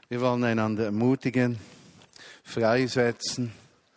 Wir wollen einander ermutigen, freisetzen,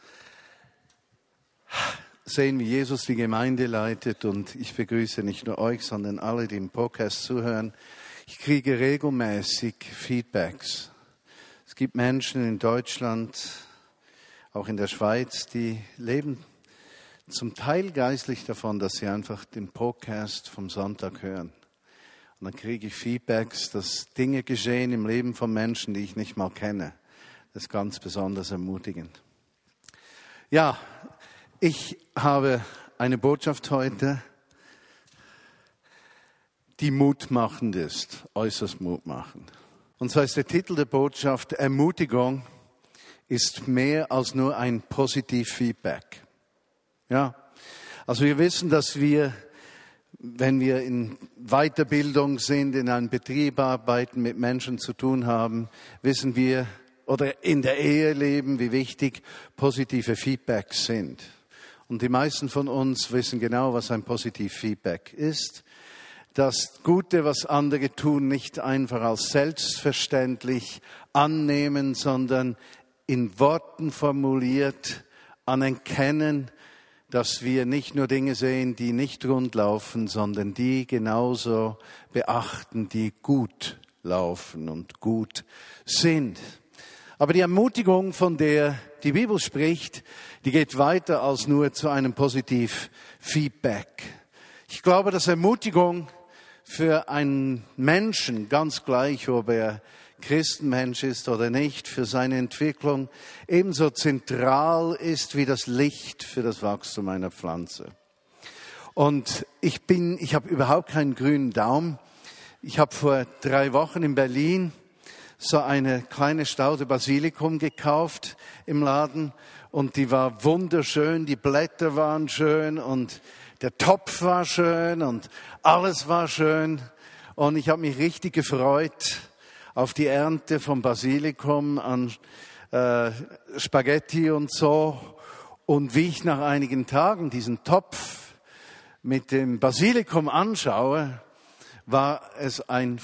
sehen, wie Jesus die Gemeinde leitet. Und ich begrüße nicht nur euch, sondern alle, die im Podcast zuhören. Ich kriege regelmäßig Feedbacks. Es gibt Menschen in Deutschland, auch in der Schweiz, die leben zum Teil geistlich davon, dass sie einfach den Podcast vom Sonntag hören. Und dann kriege ich Feedbacks, dass Dinge geschehen im Leben von Menschen, die ich nicht mal kenne. Das ist ganz besonders ermutigend. Ja, ich habe eine Botschaft heute, die mutmachend ist, äußerst mutmachend. Und zwar ist der Titel der Botschaft: Ermutigung ist mehr als nur ein Positiv-Feedback. Ja, also wir wissen, dass wir, wenn wir in Weiterbildung sind, in einem Betrieb arbeiten, mit Menschen zu tun haben, wissen wir, oder in der Ehe leben, wie wichtig positive Feedbacks sind. Und die meisten von uns wissen genau, was ein Positiv-Feedback ist. Das Gute, was andere tun, nicht einfach als selbstverständlich annehmen, sondern in Worten formuliert anerkennen, dass wir nicht nur Dinge sehen, die nicht rund laufen, sondern die genauso beachten, die gut laufen und gut sind. Aber die Ermutigung, von der die Bibel spricht, die geht weiter als nur zu einem Positiv-Feedback. Ich glaube, dass Ermutigung für einen Menschen, ganz gleich, ob er Christenmensch ist oder nicht, für seine Entwicklung ebenso zentral ist wie das Licht für das Wachstum einer Pflanze. Und ich habe überhaupt keinen grünen Daumen. Ich habe vor 3 Wochen in Berlin so eine kleine Staude Basilikum gekauft im Laden und die war wunderschön, die Blätter waren schön und der Topf war schön und alles war schön und ich habe mich richtig gefreut auf die Ernte vom Basilikum an Spaghetti und so. Und wie ich nach einigen Tagen diesen Topf mit dem Basilikum anschaue, war es ein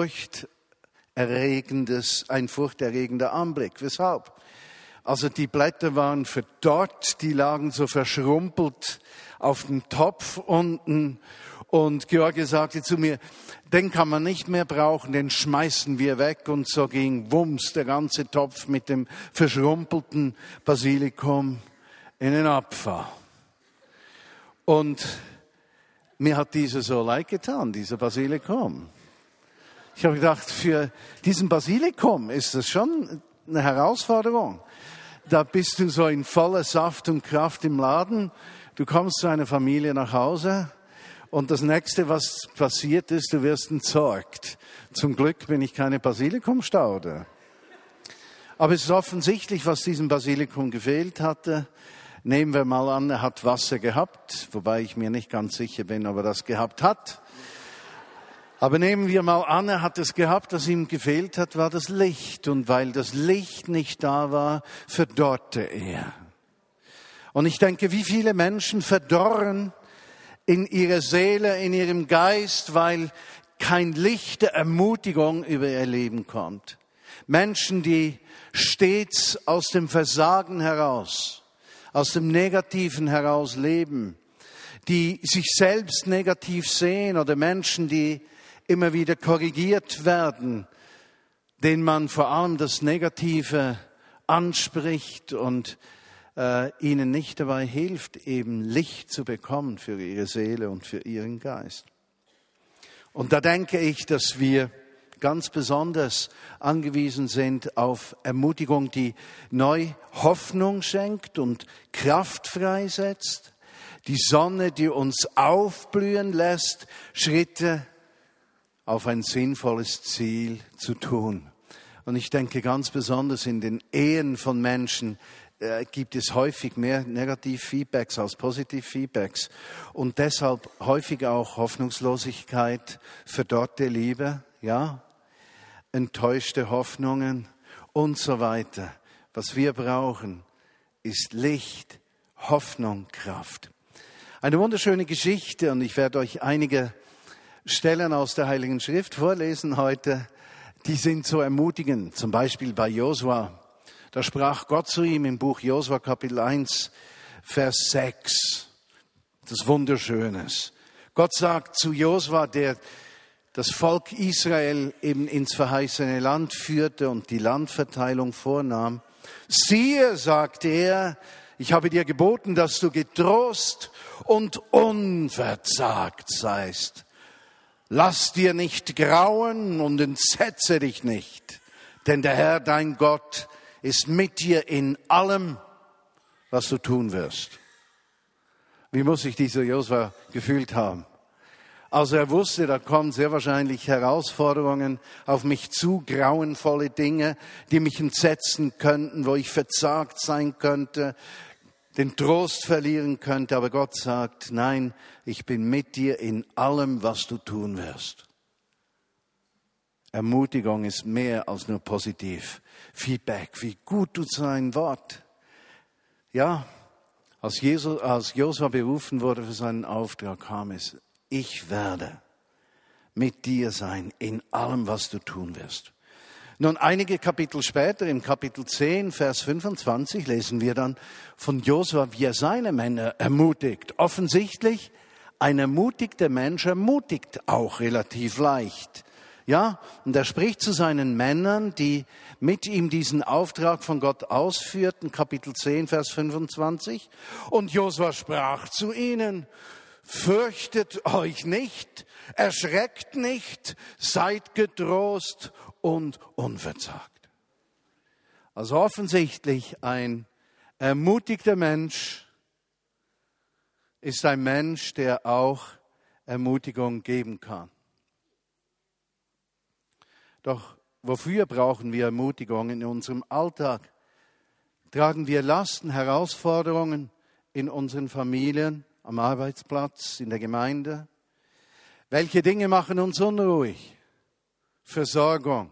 furchterregender Anblick. Weshalb? Also die Blätter waren verdorrt, die lagen so verschrumpelt auf dem Topf unten. Und George sagte zu mir, den kann man nicht mehr brauchen, den schmeißen wir weg. Und so ging wumms der ganze Topf mit dem verschrumpelten Basilikum in den Abfall. Und mir hat dieser so leid getan, dieser Basilikum. Ich habe gedacht, für diesen Basilikum ist das schon eine Herausforderung. Da bist du so in voller Saft und Kraft im Laden, du kommst zu einer Familie nach Hause. Und das Nächste, was passiert ist, du wirst entsorgt. Zum Glück bin ich keine Basilikumstaude. Aber es ist offensichtlich, was diesem Basilikum gefehlt hatte. Nehmen wir mal an, er hat Wasser gehabt, wobei ich mir nicht ganz sicher bin, ob er das gehabt hat. Aber nehmen wir mal an, er hat es gehabt, was ihm gefehlt hat, war das Licht. Und weil das Licht nicht da war, verdorrte er. Und ich denke, wie viele Menschen verdorren in ihrer Seele, in ihrem Geist, weil kein Licht der Ermutigung über ihr Leben kommt. Menschen, die stets aus dem Versagen heraus, aus dem Negativen heraus leben, die sich selbst negativ sehen, oder Menschen, die immer wieder korrigiert werden, denen man vor allem das Negative anspricht und ihnen nicht dabei hilft, eben Licht zu bekommen für ihre Seele und für ihren Geist. Und da denke ich, dass wir ganz besonders angewiesen sind auf Ermutigung, die neu Hoffnung schenkt und Kraft freisetzt, die Sonne, die uns aufblühen lässt, Schritte auf ein sinnvolles Ziel zu tun. Und ich denke ganz besonders in den Ehen von Menschen, gibt es häufig mehr Negativ-Feedbacks als Positiv-Feedbacks und deshalb häufig auch Hoffnungslosigkeit, verdorrte Liebe, ja, enttäuschte Hoffnungen und so weiter. Was wir brauchen, ist Licht, Hoffnung, Kraft. Eine wunderschöne Geschichte, und ich werde euch einige Stellen aus der Heiligen Schrift vorlesen heute, die sind so ermutigend. Zum Beispiel bei Josua. Da sprach Gott zu ihm im Buch Josua Kapitel 1, Vers 6. Das Wunderschönes. Gott sagt zu Josua, der das Volk Israel eben ins verheißene Land führte und die Landverteilung vornahm. Siehe, sagt er, ich habe dir geboten, dass du getrost und unverzagt seist. Lass dir nicht grauen und entsetze dich nicht, denn der Herr, dein Gott, ist mit dir in allem, was du tun wirst. Wie muss sich dieser Josua gefühlt haben? Also er wusste, da kommen sehr wahrscheinlich Herausforderungen auf mich zu, grauenvolle Dinge, die mich entsetzen könnten, wo ich verzagt sein könnte, den Trost verlieren könnte. Aber Gott sagt, nein, ich bin mit dir in allem, was du tun wirst. Ermutigung ist mehr als nur positiv. Feedback, wie gut tut sein Wort. Ja, als Josua berufen wurde für seinen Auftrag, kam es: Ich werde mit dir sein in allem, was du tun wirst. Nun, einige Kapitel später, im Kapitel 10, Vers 25, lesen wir dann von Josua, wie er seine Männer ermutigt. Offensichtlich, ein ermutigter Mensch ermutigt auch relativ leicht. Ja, und er spricht zu seinen Männern, die mit ihm diesen Auftrag von Gott ausführten, Kapitel 10, Vers 25. Und Josua sprach zu ihnen: Fürchtet euch nicht, erschreckt nicht, seid getrost und unverzagt. Also offensichtlich ein ermutigter Mensch ist ein Mensch, der auch Ermutigung geben kann. Doch wofür brauchen wir Ermutigung in unserem Alltag? Tragen wir Lasten, Herausforderungen in unseren Familien, am Arbeitsplatz, in der Gemeinde? Welche Dinge machen uns unruhig? Versorgung.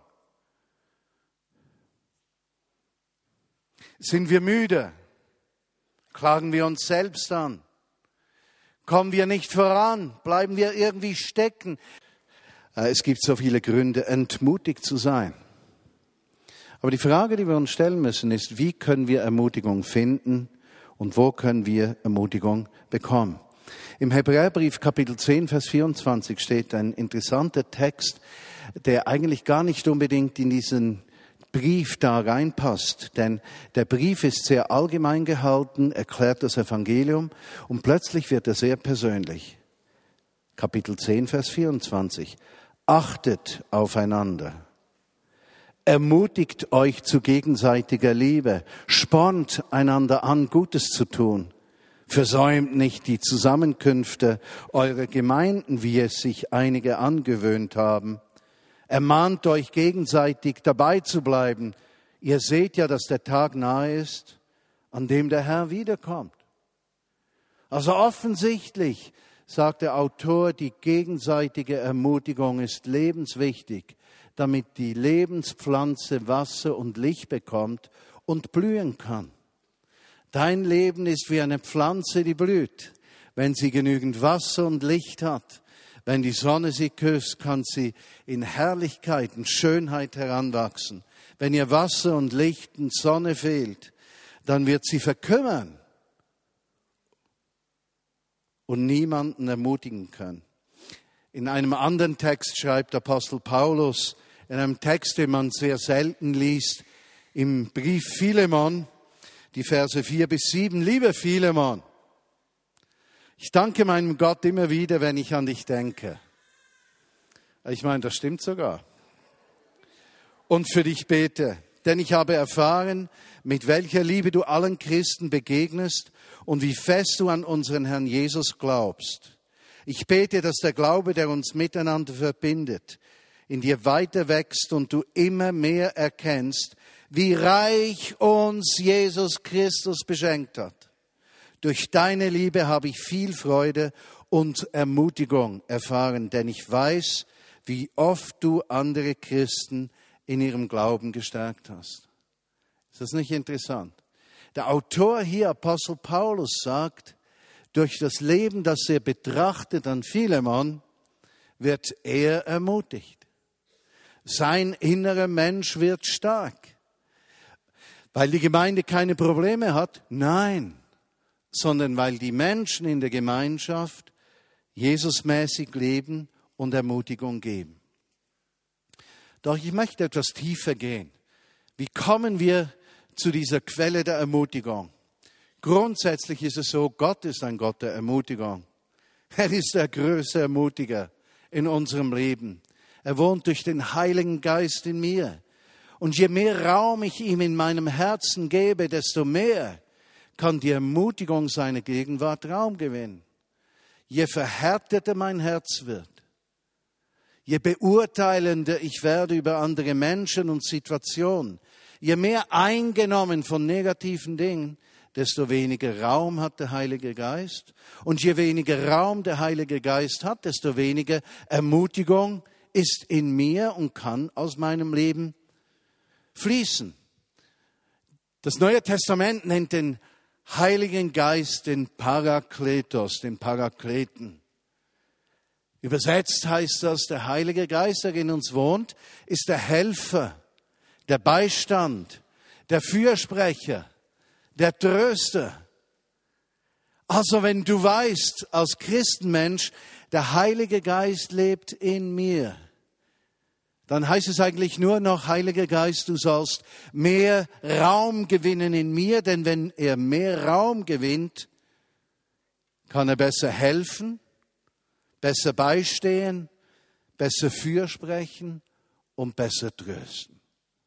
Sind wir müde? Klagen wir uns selbst an? Kommen wir nicht voran? Bleiben wir irgendwie stecken? Es gibt so viele Gründe, entmutigt zu sein. Aber die Frage, die wir uns stellen müssen, ist, wie können wir Ermutigung finden und wo können wir Ermutigung bekommen? Im Hebräerbrief Kapitel 10, Vers 24 steht ein interessanter Text, der eigentlich gar nicht unbedingt in diesen Brief da reinpasst. Denn der Brief ist sehr allgemein gehalten, erklärt das Evangelium und plötzlich wird er sehr persönlich. Kapitel 10, Vers 24. Achtet aufeinander. Ermutigt euch zu gegenseitiger Liebe. Spornt einander an, Gutes zu tun. Versäumt nicht die Zusammenkünfte eurer Gemeinden, wie es sich einige angewöhnt haben. Ermahnt euch gegenseitig, dabei zu bleiben. Ihr seht ja, dass der Tag nahe ist, an dem der Herr wiederkommt. Also offensichtlich, sagt der Autor, die gegenseitige Ermutigung ist lebenswichtig, damit die Lebenspflanze Wasser und Licht bekommt und blühen kann. Dein Leben ist wie eine Pflanze, die blüht. Wenn sie genügend Wasser und Licht hat, wenn die Sonne sie küsst, kann sie in Herrlichkeit und Schönheit heranwachsen. Wenn ihr Wasser und Licht und Sonne fehlt, dann wird sie verkümmern und niemanden ermutigen können. In einem anderen Text schreibt Apostel Paulus, in einem Text, den man sehr selten liest, im Brief Philemon, die Verse 4 bis 7, Liebe Philemon, ich danke meinem Gott immer wieder, wenn ich an dich denke. Ich meine, das stimmt sogar. Und für dich bete, denn ich habe erfahren, mit welcher Liebe du allen Christen begegnest und wie fest du an unseren Herrn Jesus glaubst. Ich bete, dass der Glaube, der uns miteinander verbindet, in dir weiter wächst und du immer mehr erkennst, wie reich uns Jesus Christus beschenkt hat. Durch deine Liebe habe ich viel Freude und Ermutigung erfahren, denn ich weiß, wie oft du andere Christen in ihrem Glauben gestärkt hast. Ist das nicht interessant? Der Autor hier, Apostel Paulus, sagt, durch das Leben, das er betrachtet an Philemon, wird er ermutigt. Sein innerer Mensch wird stark. Weil die Gemeinde keine Probleme hat? Nein, sondern weil die Menschen in der Gemeinschaft Jesusmäßig leben und Ermutigung geben. Doch ich möchte etwas tiefer gehen. Wie kommen wir zu dieser Quelle der Ermutigung? Grundsätzlich ist es so, Gott ist ein Gott der Ermutigung. Er ist der größte Ermutiger in unserem Leben. Er wohnt durch den Heiligen Geist in mir. Und je mehr Raum ich ihm in meinem Herzen gebe, desto mehr kann die Ermutigung seiner Gegenwart Raum gewinnen. Je verhärteter mein Herz wird, je beurteilender ich werde über andere Menschen und Situationen, je mehr eingenommen von negativen Dingen, desto weniger Raum hat der Heilige Geist. Und je weniger Raum der Heilige Geist hat, desto weniger Ermutigung ist in mir und kann aus meinem Leben fließen. Das Neue Testament nennt den Heiligen Geist den Parakletos, den Parakleten. Übersetzt heißt das, der Heilige Geist, der in uns wohnt, ist der Helfer, der Beistand, der Fürsprecher, der Tröster. Also wenn du weißt, als Christenmensch, der Heilige Geist lebt in mir, dann heißt es eigentlich nur noch, Heiliger Geist, du sollst mehr Raum gewinnen in mir, denn wenn er mehr Raum gewinnt, kann er besser helfen, besser beistehen, besser fürsprechen und besser trösten.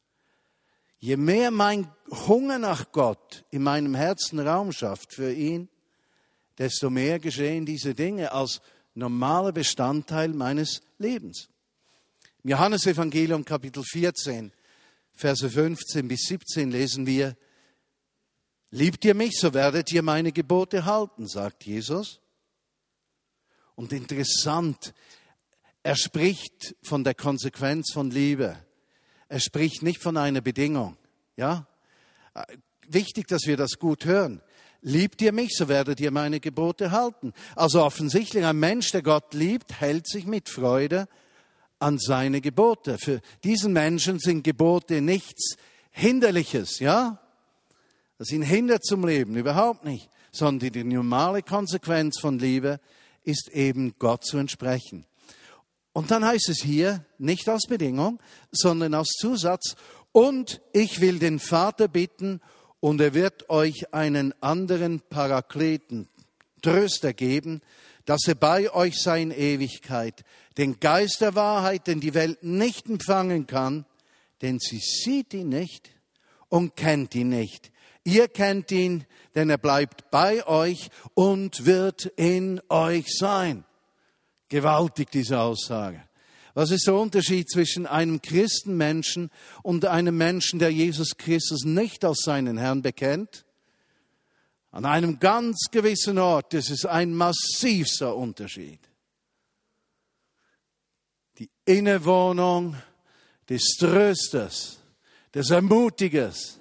Je mehr mein Hunger nach Gott in meinem Herzen Raum schafft für ihn, desto mehr geschehen diese Dinge als normaler Bestandteil meines Lebens. Im Johannesevangelium Kapitel 14, Verse 15 bis 17 lesen wir, liebt ihr mich, so werdet ihr meine Gebote halten, sagt Jesus. Und interessant, er spricht von der Konsequenz von Liebe. Er spricht nicht von einer Bedingung. Ja? Wichtig, dass wir das gut hören. Liebt ihr mich, so werdet ihr meine Gebote halten. Also offensichtlich, ein Mensch, der Gott liebt, hält sich mit Freude an seine Gebote. Für diesen Menschen sind Gebote nichts Hinderliches, ja? Das ihn hindert zum Leben, überhaupt nicht. Sondern die normale Konsequenz von Liebe ist eben Gott zu entsprechen. Und dann heißt es hier, nicht als Bedingung, sondern als Zusatz, und ich will den Vater bitten, und er wird euch einen anderen Parakleten, Tröster geben, dass er bei euch sei in Ewigkeit, den Geist der Wahrheit, den die Welt nicht empfangen kann, denn sie sieht ihn nicht und kennt ihn nicht. Ihr kennt ihn, denn er bleibt bei euch und wird in euch sein. Gewaltig, diese Aussage. Was ist der Unterschied zwischen einem Christenmenschen und einem Menschen, der Jesus Christus nicht als seinen Herrn bekennt? An einem ganz gewissen Ort, das ist ein massivster Unterschied. Die Innewohnung des Trösters, des Ermutigers,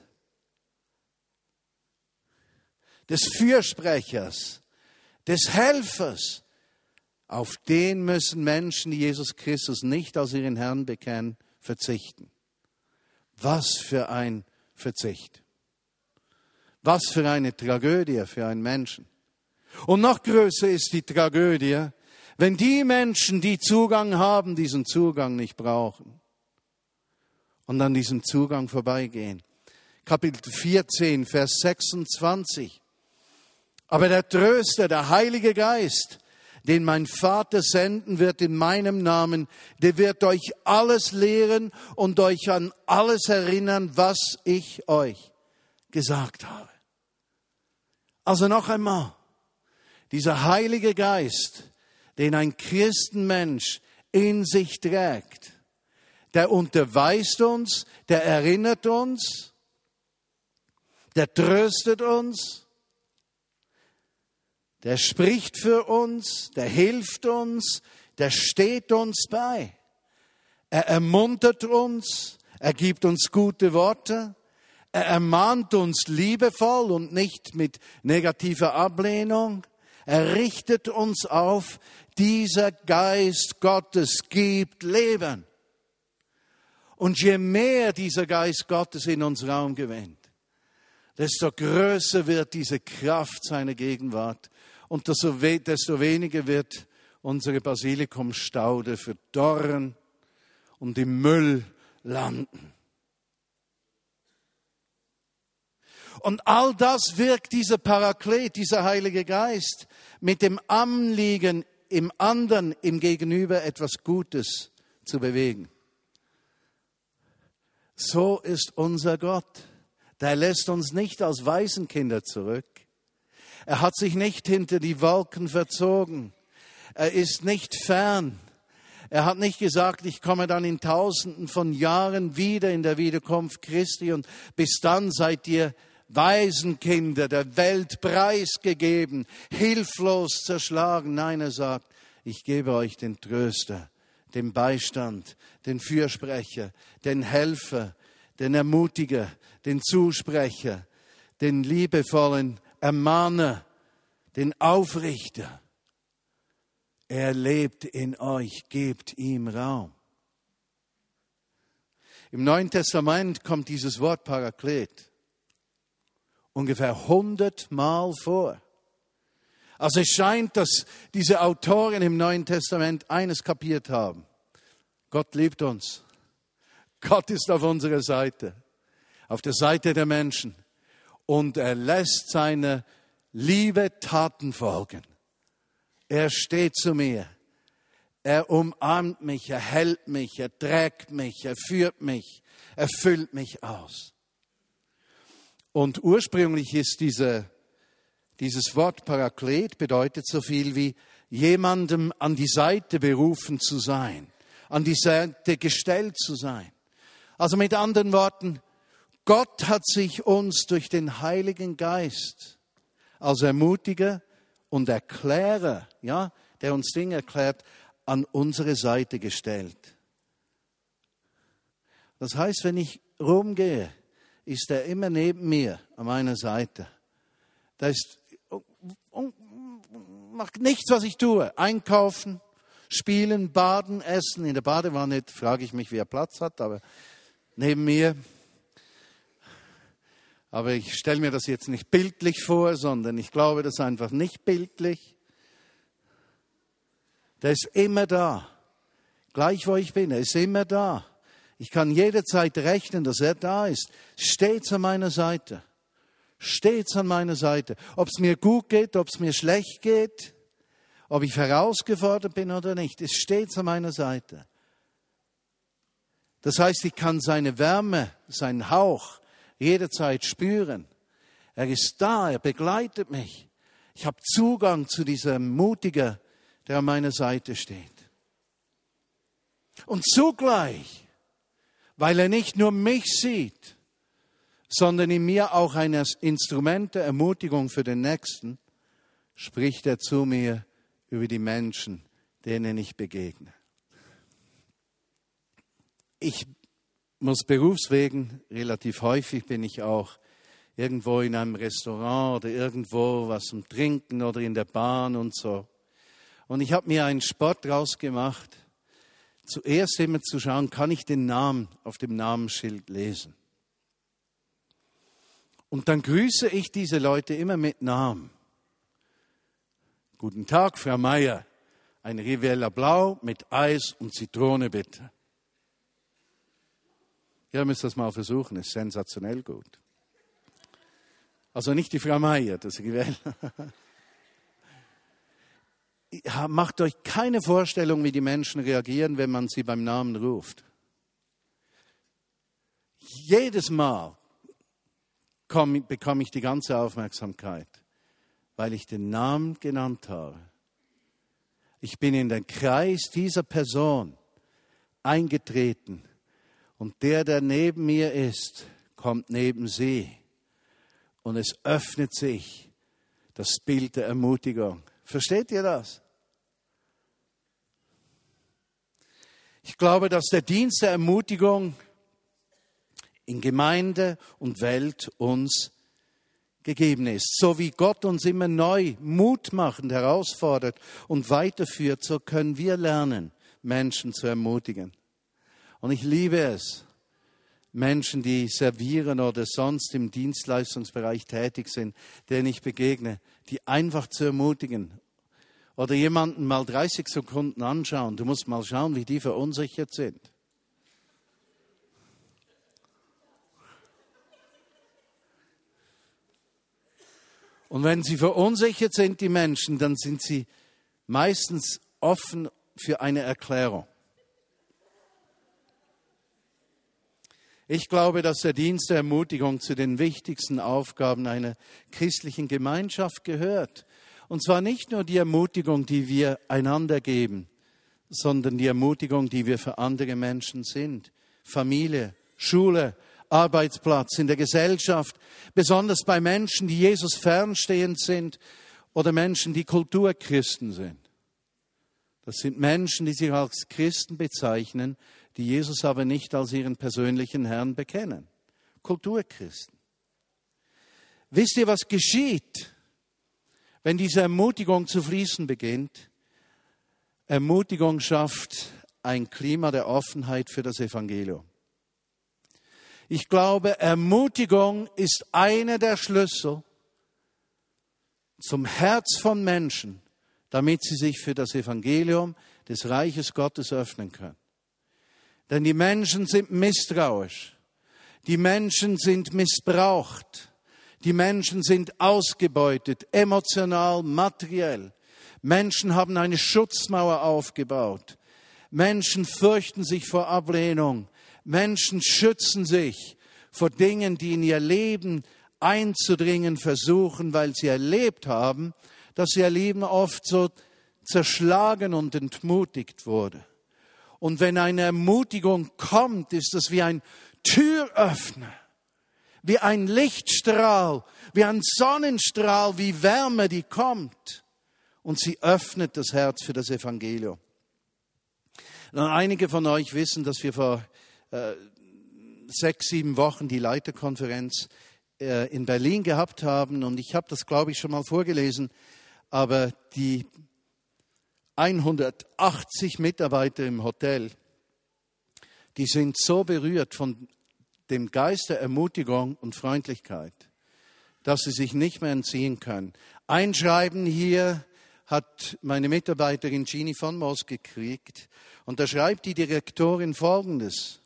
des Fürsprechers, des Helfers, auf den müssen Menschen, die Jesus Christus nicht als ihren Herrn bekennen, verzichten. Was für ein Verzicht. Was für eine Tragödie für einen Menschen. Und noch größer ist die Tragödie, wenn die Menschen, die Zugang haben, diesen Zugang nicht brauchen und an diesem Zugang vorbeigehen. Kapitel 14, Vers 26. Aber der Tröster, der Heilige Geist, den mein Vater senden wird in meinem Namen, der wird euch alles lehren und euch an alles erinnern, was ich euch gesagt habe. Also noch einmal, dieser Heilige Geist, den ein Christenmensch in sich trägt, der unterweist uns, der erinnert uns, der tröstet uns, der spricht für uns, der hilft uns, der steht uns bei. Er ermuntert uns, er gibt uns gute Worte, er ermahnt uns liebevoll und nicht mit negativer Ablehnung. Er richtet uns auf, dieser Geist Gottes gibt Leben. Und je mehr dieser Geist Gottes in uns Raum gewinnt, desto größer wird diese Kraft seiner Gegenwart und desto weniger wird unsere Basilikumstaude verdorren und im Müll landen. Und all das wirkt dieser Paraklet, dieser Heilige Geist, mit dem Anliegen, im anderen, im Gegenüber etwas Gutes zu bewegen. So ist unser Gott. Der lässt uns nicht als Waisenkinder zurück. Er hat sich nicht hinter die Wolken verzogen. Er ist nicht fern. Er hat nicht gesagt, ich komme dann in Tausenden von Jahren wieder in der Wiederkunft Christi und bis dann seid ihr Waisenkinder der Welt preisgegeben, hilflos zerschlagen. Nein, er sagt, ich gebe euch den Tröster, den Beistand, den Fürsprecher, den Helfer, den Ermutiger, den Zusprecher, den liebevollen Ermahner, den Aufrichter. Er lebt in euch, gebt ihm Raum. Im Neuen Testament kommt dieses Wort Paraklet ungefähr 100 Mal vor. Also es scheint, dass diese Autoren im Neuen Testament eines kapiert haben. Gott liebt uns. Gott ist auf unserer Seite, auf der Seite der Menschen. Und er lässt seine Liebe Taten folgen. Er steht zu mir. Er umarmt mich, er hält mich, er trägt mich, er führt mich, er füllt mich aus. Und ursprünglich ist dieses Wort Paraklet bedeutet so viel wie jemandem an die Seite berufen zu sein, an die Seite gestellt zu sein. Also mit anderen Worten, Gott hat sich uns durch den Heiligen Geist als Ermutiger und Erklärer, ja, der uns Dinge erklärt, an unsere Seite gestellt. Das heißt, wenn ich rumgehe, ist er immer neben mir, an meiner Seite. Da ist, macht nichts, was ich tue. Einkaufen, spielen, baden, essen. In der Badewanne frage ich mich, wie er Platz hat, aber neben mir. Aber ich stelle mir das jetzt nicht bildlich vor, sondern ich glaube das einfach nicht bildlich. Der ist immer da. Gleich wo ich bin, er ist immer da. Ich kann jederzeit rechnen, dass er da ist. Stets an meiner Seite. Stets an meiner Seite. Ob es mir gut geht, ob es mir schlecht geht, ob ich herausgefordert bin oder nicht, ist stets an meiner Seite. Das heißt, ich kann seine Wärme, seinen Hauch jederzeit spüren. Er ist da, er begleitet mich. Ich habe Zugang zu diesem Mutiger, der an meiner Seite steht. Und zugleich, weil er nicht nur mich sieht, sondern in mir auch ein Instrument der Ermutigung für den Nächsten, spricht er zu mir über die Menschen, denen ich begegne. Ich muss berufswegen, relativ häufig bin ich auch irgendwo in einem Restaurant oder irgendwo was zum Trinken oder in der Bahn und so. Und ich habe mir einen Sport draus gemacht, zuerst immer zu schauen, kann ich den Namen auf dem Namensschild lesen. Und dann grüße ich diese Leute immer mit Namen. Guten Tag, Frau Meier. Ein Rivella Blau mit Eis und Zitrone, bitte. Ihr müsst das mal versuchen, ist sensationell gut. Also nicht die Frau Meier, das Rivella. Macht euch keine Vorstellung, wie die Menschen reagieren, wenn man sie beim Namen ruft. Jedes Mal bekomme ich die ganze Aufmerksamkeit, weil ich den Namen genannt habe. Ich bin in den Kreis dieser Person eingetreten und der neben mir ist, kommt neben sie. Und es öffnet sich das Bild der Ermutigung. Versteht ihr das? Ich glaube, dass der Dienst der Ermutigung in Gemeinde und Welt uns gegeben ist. So wie Gott uns immer neu mutmachend herausfordert und weiterführt, so können wir lernen, Menschen zu ermutigen. Und ich liebe es, Menschen, die servieren oder sonst im Dienstleistungsbereich tätig sind, denen ich begegne, die einfach zu ermutigen. Oder jemanden mal 30 Sekunden anschauen. Du musst mal schauen, wie die verunsichert sind. Und wenn sie verunsichert sind, die Menschen, dann sind sie meistens offen für eine Erklärung. Ich glaube, dass der Dienst der Ermutigung zu den wichtigsten Aufgaben einer christlichen Gemeinschaft gehört. Und zwar nicht nur die Ermutigung, die wir einander geben, sondern die Ermutigung, die wir für andere Menschen sind. Familie, Schule, Arbeitsplatz, in der Gesellschaft, besonders bei Menschen, die Jesus fernstehend sind oder Menschen, die Kulturchristen sind. Das sind Menschen, die sich als Christen bezeichnen, die Jesus aber nicht als ihren persönlichen Herrn bekennen. Kulturchristen. Wisst ihr, was geschieht, wenn diese Ermutigung zu fließen beginnt? Ermutigung schafft ein Klima der Offenheit für das Evangelium. Ich glaube, Ermutigung ist einer der Schlüssel zum Herz von Menschen, damit sie sich für das Evangelium des Reiches Gottes öffnen können. Denn die Menschen sind misstrauisch, die Menschen sind missbraucht, die Menschen sind ausgebeutet, emotional, materiell. Menschen haben eine Schutzmauer aufgebaut. Menschen fürchten sich vor Ablehnung. Menschen schützen sich vor Dingen, die in ihr Leben einzudringen versuchen, weil sie erlebt haben, dass ihr Leben oft so zerschlagen und entmutigt wurde. Und wenn eine Ermutigung kommt, ist das wie ein Türöffner, wie ein Lichtstrahl, wie ein Sonnenstrahl, wie Wärme, die kommt. Und sie öffnet das Herz für das Evangelium. Und einige von euch wissen, dass wir vor 6, 7 Wochen die Leiterkonferenz in Berlin gehabt haben. Und ich habe das, glaube ich, schon mal vorgelesen. Aber die 180 Mitarbeiter im Hotel, die sind so berührt von dem Geist der Ermutigung und Freundlichkeit, dass sie sich nicht mehr entziehen können. Ein Schreiben hier hat meine Mitarbeiterin Jeannie von Moos gekriegt. Und da schreibt die Direktorin Folgendes.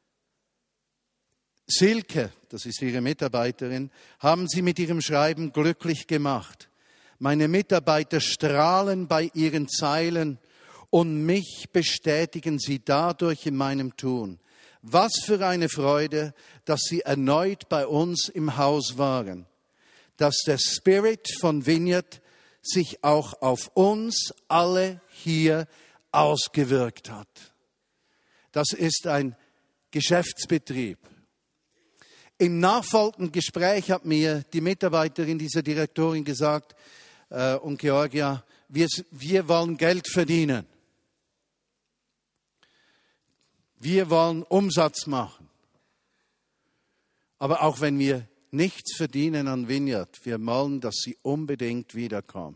Silke, das ist ihre Mitarbeiterin, haben sie mit ihrem Schreiben glücklich gemacht. Meine Mitarbeiter strahlen bei ihren Zeilen und mich bestätigen sie dadurch in meinem Tun. Was für eine Freude, dass sie erneut bei uns im Haus waren. Dass der Spirit von Vineyard sich auch auf uns alle hier ausgewirkt hat. Das ist ein Geschäftsbetrieb. Im nachfolgenden Gespräch hat mir die Mitarbeiterin dieser Direktorin gesagt, und Georgia, wir wollen Geld verdienen. Wir wollen Umsatz machen. Aber auch wenn wir nichts verdienen an Vineyard, wir wollen, dass sie unbedingt wiederkommen.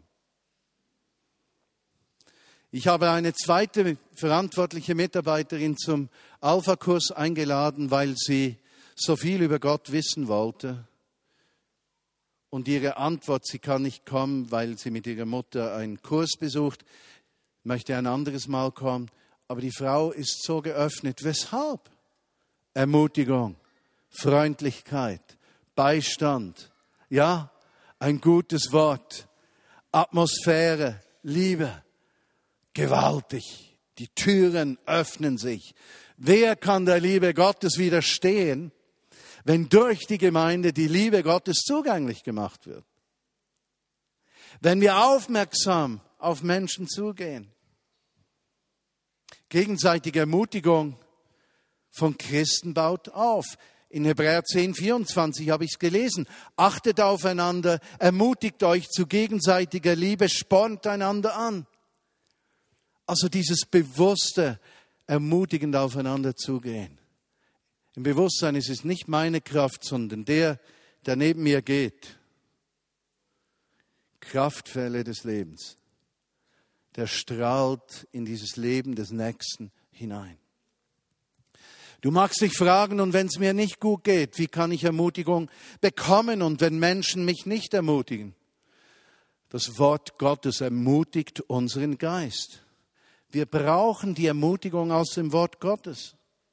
Ich habe eine zweite verantwortliche Mitarbeiterin zum Alpha-Kurs eingeladen, weil sie so viel über Gott wissen wollte. Und ihre Antwort, sie kann nicht kommen, weil sie mit ihrer Mutter einen Kurs besucht, möchte ein anderes Mal kommen. Aber die Frau ist so geöffnet. Weshalb? Ermutigung, Freundlichkeit, Beistand, ja, ein gutes Wort, Atmosphäre, Liebe, gewaltig. Die Türen öffnen sich. Wer kann der Liebe Gottes widerstehen, wenn durch die Gemeinde die Liebe Gottes zugänglich gemacht wird? Wenn wir aufmerksam auf Menschen zugehen. Gegenseitige Ermutigung von Christen baut auf. In Hebräer 10,24 habe ich es gelesen. Achtet aufeinander, ermutigt euch zu gegenseitiger Liebe, spornt einander an. Also dieses bewusste, ermutigend aufeinander zugehen. Im Bewusstsein ist es nicht meine Kraft, sondern der neben mir geht. Kraftquelle des Lebens. Der strahlt in dieses Leben des Nächsten hinein. Du magst dich fragen, und wenn es mir nicht gut geht, wie kann ich Ermutigung bekommen? Und wenn Menschen mich nicht ermutigen? Das Wort Gottes ermutigt unseren Geist. Wir brauchen die Ermutigung aus dem Wort Gottes.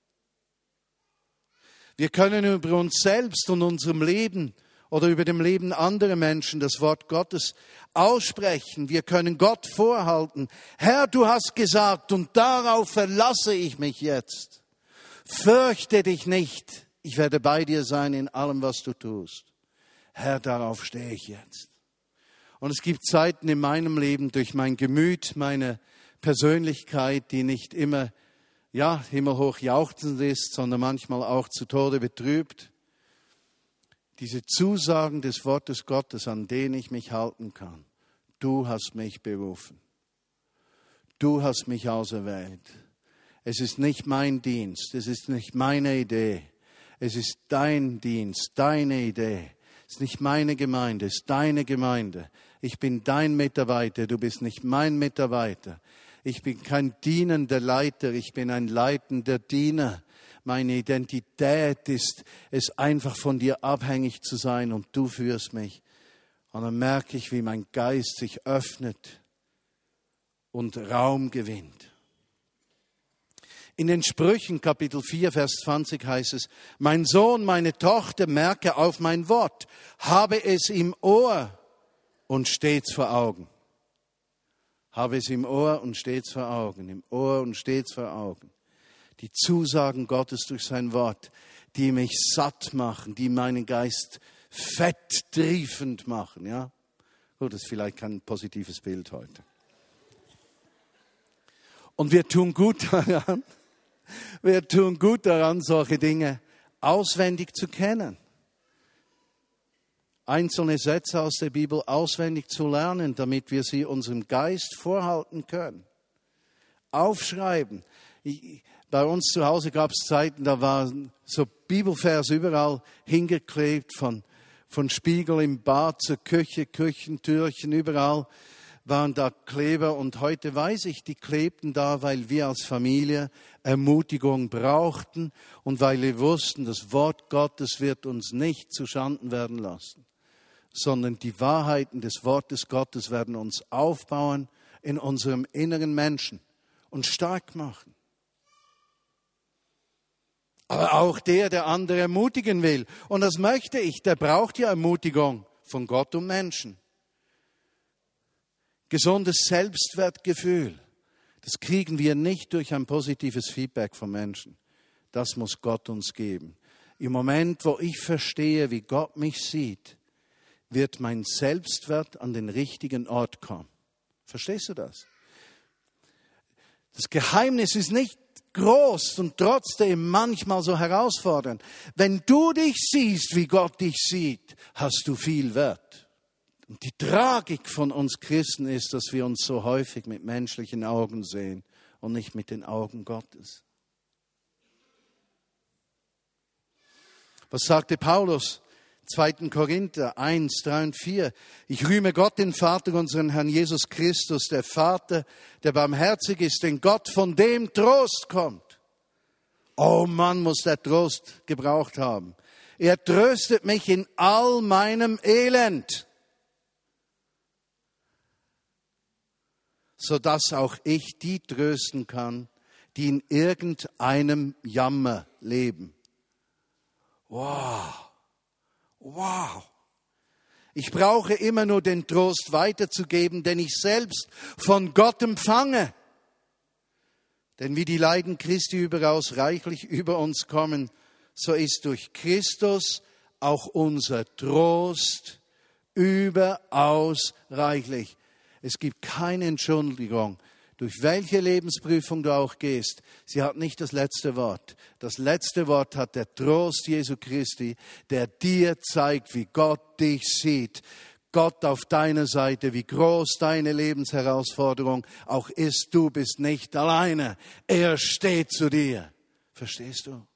Wir können über uns selbst und unserem Leben oder über dem Leben anderer Menschen das Wort Gottes aussprechen. Wir können Gott vorhalten. Herr, du hast gesagt, und darauf verlasse ich mich jetzt. Fürchte dich nicht, ich werde bei dir sein in allem, was du tust. Herr, darauf stehe ich jetzt. Und es gibt Zeiten in meinem Leben durch mein Gemüt, meine Persönlichkeit, die nicht immer himmelhoch jauchzend ist, sondern manchmal auch zu Tode betrübt. Diese Zusagen des Wortes Gottes, an denen ich mich halten kann. Du hast mich berufen. Du hast mich auserwählt. Es ist nicht mein Dienst, es ist nicht meine Idee. Es ist dein Dienst, deine Idee. Es ist nicht meine Gemeinde, es ist deine Gemeinde. Ich bin dein Mitarbeiter, du bist nicht mein Mitarbeiter. Ich bin kein dienender Leiter, ich bin ein leitender Diener. Meine Identität ist es, einfach von dir abhängig zu sein und du führst mich. Und dann merke ich, wie mein Geist sich öffnet und Raum gewinnt. In den Sprüchen Kapitel 4, Vers 20 heißt es, mein Sohn, meine Tochter, merke auf mein Wort, habe es im Ohr und stets vor Augen. Habe es im Ohr und stets vor Augen, im Ohr und stets vor Augen. Die Zusagen Gottes durch sein Wort, die mich satt machen, die meinen Geist fetttriefend machen. Ja? Gut, das ist vielleicht kein positives Bild heute. Und wir tun gut daran, solche Dinge auswendig zu kennen. Einzelne Sätze aus der Bibel auswendig zu lernen, damit wir sie unserem Geist vorhalten können. Aufschreiben. Bei uns zu Hause gab es Zeiten, da waren so Bibelverse überall hingeklebt, von Spiegel im Bad zur Küche, Küchentürchen, überall waren da Kleber. Und heute weiß ich, die klebten da, weil wir als Familie Ermutigung brauchten und weil wir wussten, das Wort Gottes wird uns nicht zu Schanden werden lassen, sondern die Wahrheiten des Wortes Gottes werden uns aufbauen in unserem inneren Menschen und stark machen. Aber auch der andere ermutigen will, und das möchte ich, der braucht ja Ermutigung von Gott und Menschen. Gesundes Selbstwertgefühl, das kriegen wir nicht durch ein positives Feedback von Menschen. Das muss Gott uns geben. Im Moment, wo ich verstehe, wie Gott mich sieht, wird mein Selbstwert an den richtigen Ort kommen. Verstehst du das? Das Geheimnis ist nicht groß und trotzdem manchmal so herausfordernd. Wenn du dich siehst, wie Gott dich sieht, hast du viel Wert. Und die Tragik von uns Christen ist, dass wir uns so häufig mit menschlichen Augen sehen und nicht mit den Augen Gottes. Was sagte Paulus? 2. Korinther 1, 3 und 4. Ich rühme Gott, den Vater, unseren Herrn Jesus Christus, der Vater, der barmherzig ist, den Gott, von dem Trost kommt. Oh Mann, muss der Trost gebraucht haben. Er tröstet mich in all meinem Elend, sodass auch ich die trösten kann, die in irgendeinem Jammer leben. Wow. Ich brauche immer nur den Trost weiterzugeben, den ich selbst von Gott empfange. Denn wie die Leiden Christi überaus reichlich über uns kommen, so ist durch Christus auch unser Trost überaus reichlich. Es gibt keine Entschuldigung, durch welche Lebensprüfung du auch gehst. Sie hat nicht das letzte Wort. Das letzte Wort hat der Trost Jesu Christi, der dir zeigt, wie Gott dich sieht. Gott auf deiner Seite, wie groß deine Lebensherausforderung auch ist. Du bist nicht alleine. Er steht zu dir. Verstehst du?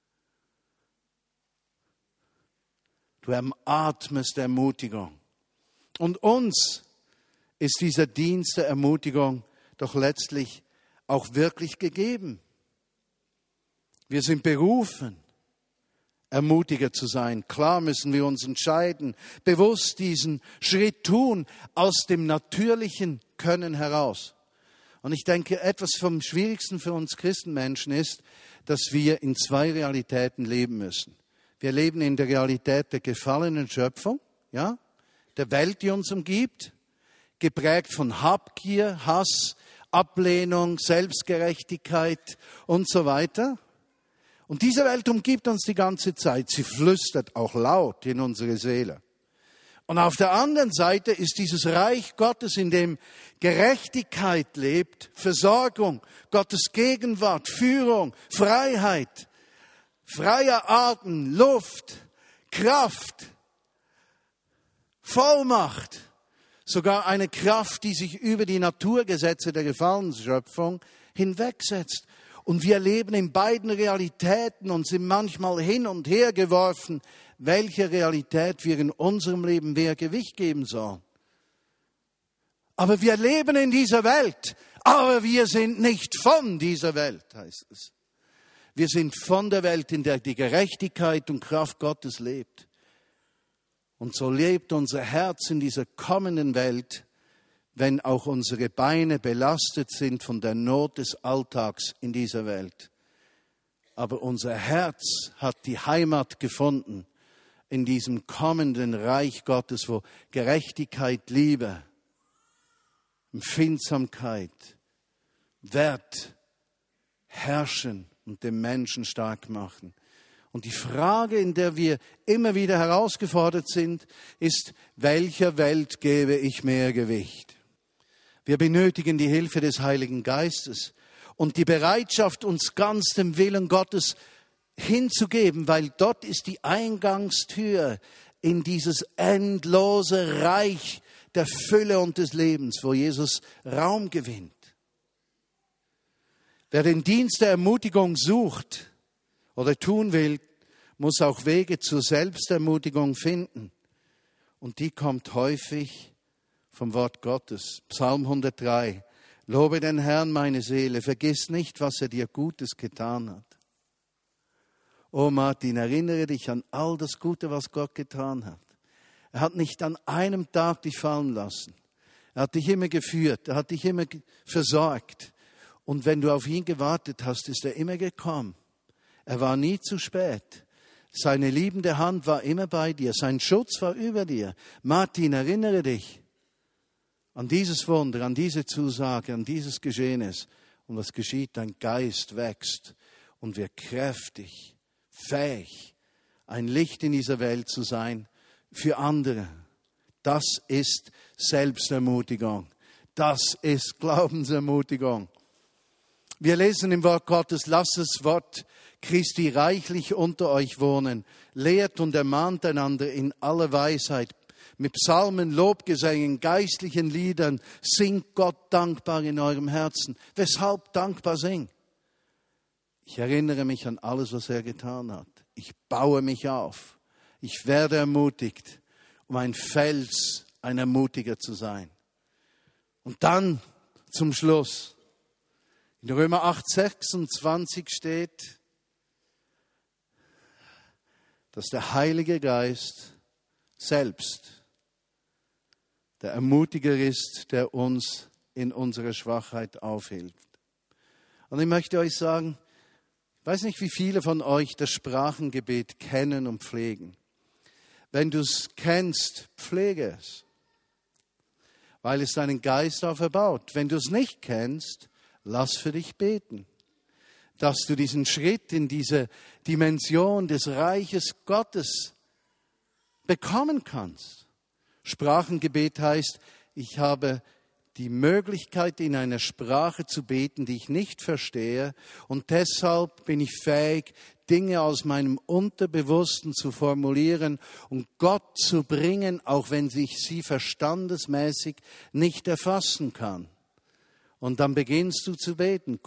Du atmest Ermutigung. Und uns ist dieser Dienst der Ermutigung doch letztlich auch wirklich gegeben. Wir sind berufen, Ermutiger zu sein. Klar müssen wir uns entscheiden, bewusst diesen Schritt tun, aus dem natürlichen Können heraus. Und ich denke, etwas vom Schwierigsten für uns Christenmenschen ist, dass wir in zwei Realitäten leben müssen. Wir leben in der Realität der gefallenen Schöpfung, ja, der Welt, die uns umgibt, geprägt von Habgier, Hass, Ablehnung, Selbstgerechtigkeit und so weiter. Und diese Welt umgibt uns die ganze Zeit. Sie flüstert auch laut in unsere Seele. Und auf der anderen Seite ist dieses Reich Gottes, in dem Gerechtigkeit lebt, Versorgung, Gottes Gegenwart, Führung, Freiheit, freier Atem, Luft, Kraft, Vollmacht, sogar eine Kraft, die sich über die Naturgesetze der gefallenen Schöpfung hinwegsetzt. Und wir leben in beiden Realitäten und sind manchmal hin und her geworfen, welche Realität wir in unserem Leben mehr Gewicht geben sollen. Aber wir leben in dieser Welt, aber wir sind nicht von dieser Welt, heißt es. Wir sind von der Welt, in der die Gerechtigkeit und Kraft Gottes lebt. Und so lebt unser Herz in dieser kommenden Welt, wenn auch unsere Beine belastet sind von der Not des Alltags in dieser Welt. Aber unser Herz hat die Heimat gefunden in diesem kommenden Reich Gottes, wo Gerechtigkeit, Liebe, Empfindsamkeit, Wert herrschen und den Menschen stark machen. Und die Frage, in der wir immer wieder herausgefordert sind, ist, welcher Welt gebe ich mehr Gewicht? Wir benötigen die Hilfe des Heiligen Geistes und die Bereitschaft, uns ganz dem Willen Gottes hinzugeben, weil dort ist die Eingangstür in dieses endlose Reich der Fülle und des Lebens, wo Jesus Raum gewinnt. Wer den Dienst der Ermutigung sucht oder tun will, muss auch Wege zur Selbstermutigung finden. Und die kommt häufig vom Wort Gottes. Psalm 103. Lobe den Herrn, meine Seele, vergiss nicht, was er dir Gutes getan hat. Oh Martin, erinnere dich an all das Gute, was Gott getan hat. Er hat nicht an einem Tag dich fallen lassen. Er hat dich immer geführt, er hat dich immer versorgt. Und wenn du auf ihn gewartet hast, ist er immer gekommen. Er war nie zu spät. Seine liebende Hand war immer bei dir. Sein Schutz war über dir. Martin, erinnere dich an dieses Wunder, an diese Zusage, an dieses Geschehnis. Und was geschieht? Dein Geist wächst und wird kräftig, fähig, ein Licht in dieser Welt zu sein für andere. Das ist Selbstermutigung. Das ist Glaubensermutigung. Wir lesen im Wort Gottes, lasst das Wort Christi reichlich unter euch wohnen. Lehrt und ermahnt einander in aller Weisheit. Mit Psalmen, Lobgesängen, geistlichen Liedern. Singt Gott dankbar in eurem Herzen. Weshalb dankbar singen? Ich erinnere mich an alles, was er getan hat. Ich baue mich auf. Ich werde ermutigt, um ein Fels, ein Ermutiger zu sein. Und dann zum Schluss. In Römer 8,26 steht, dass der Heilige Geist selbst der Ermutiger ist, der uns in unserer Schwachheit aufhilft. Und ich möchte euch sagen, ich weiß nicht, wie viele von euch das Sprachengebet kennen und pflegen. Wenn du es kennst, pflege es, weil es deinen Geist auferbaut. Wenn du es nicht kennst, lass für dich beten, dass du diesen Schritt in diese Dimension des Reiches Gottes bekommen kannst. Sprachengebet heißt, ich habe die Möglichkeit, in einer Sprache zu beten, die ich nicht verstehe, und deshalb bin ich fähig, Dinge aus meinem Unterbewussten zu formulieren und Gott zu bringen, auch wenn ich sie verstandesmäßig nicht erfassen kann. Und dann beginnst du zu beten.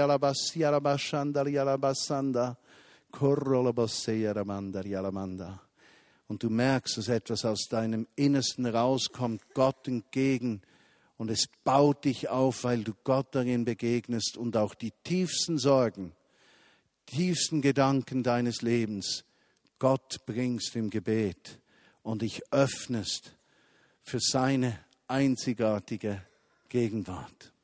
Und du merkst, dass etwas aus deinem Innersten rauskommt, Gott entgegen. Und es baut dich auf, weil du Gott darin begegnest und auch die tiefsten Sorgen, tiefsten Gedanken deines Lebens Gott bringst im Gebet und dich öffnest für seine einzigartige Gegenwart.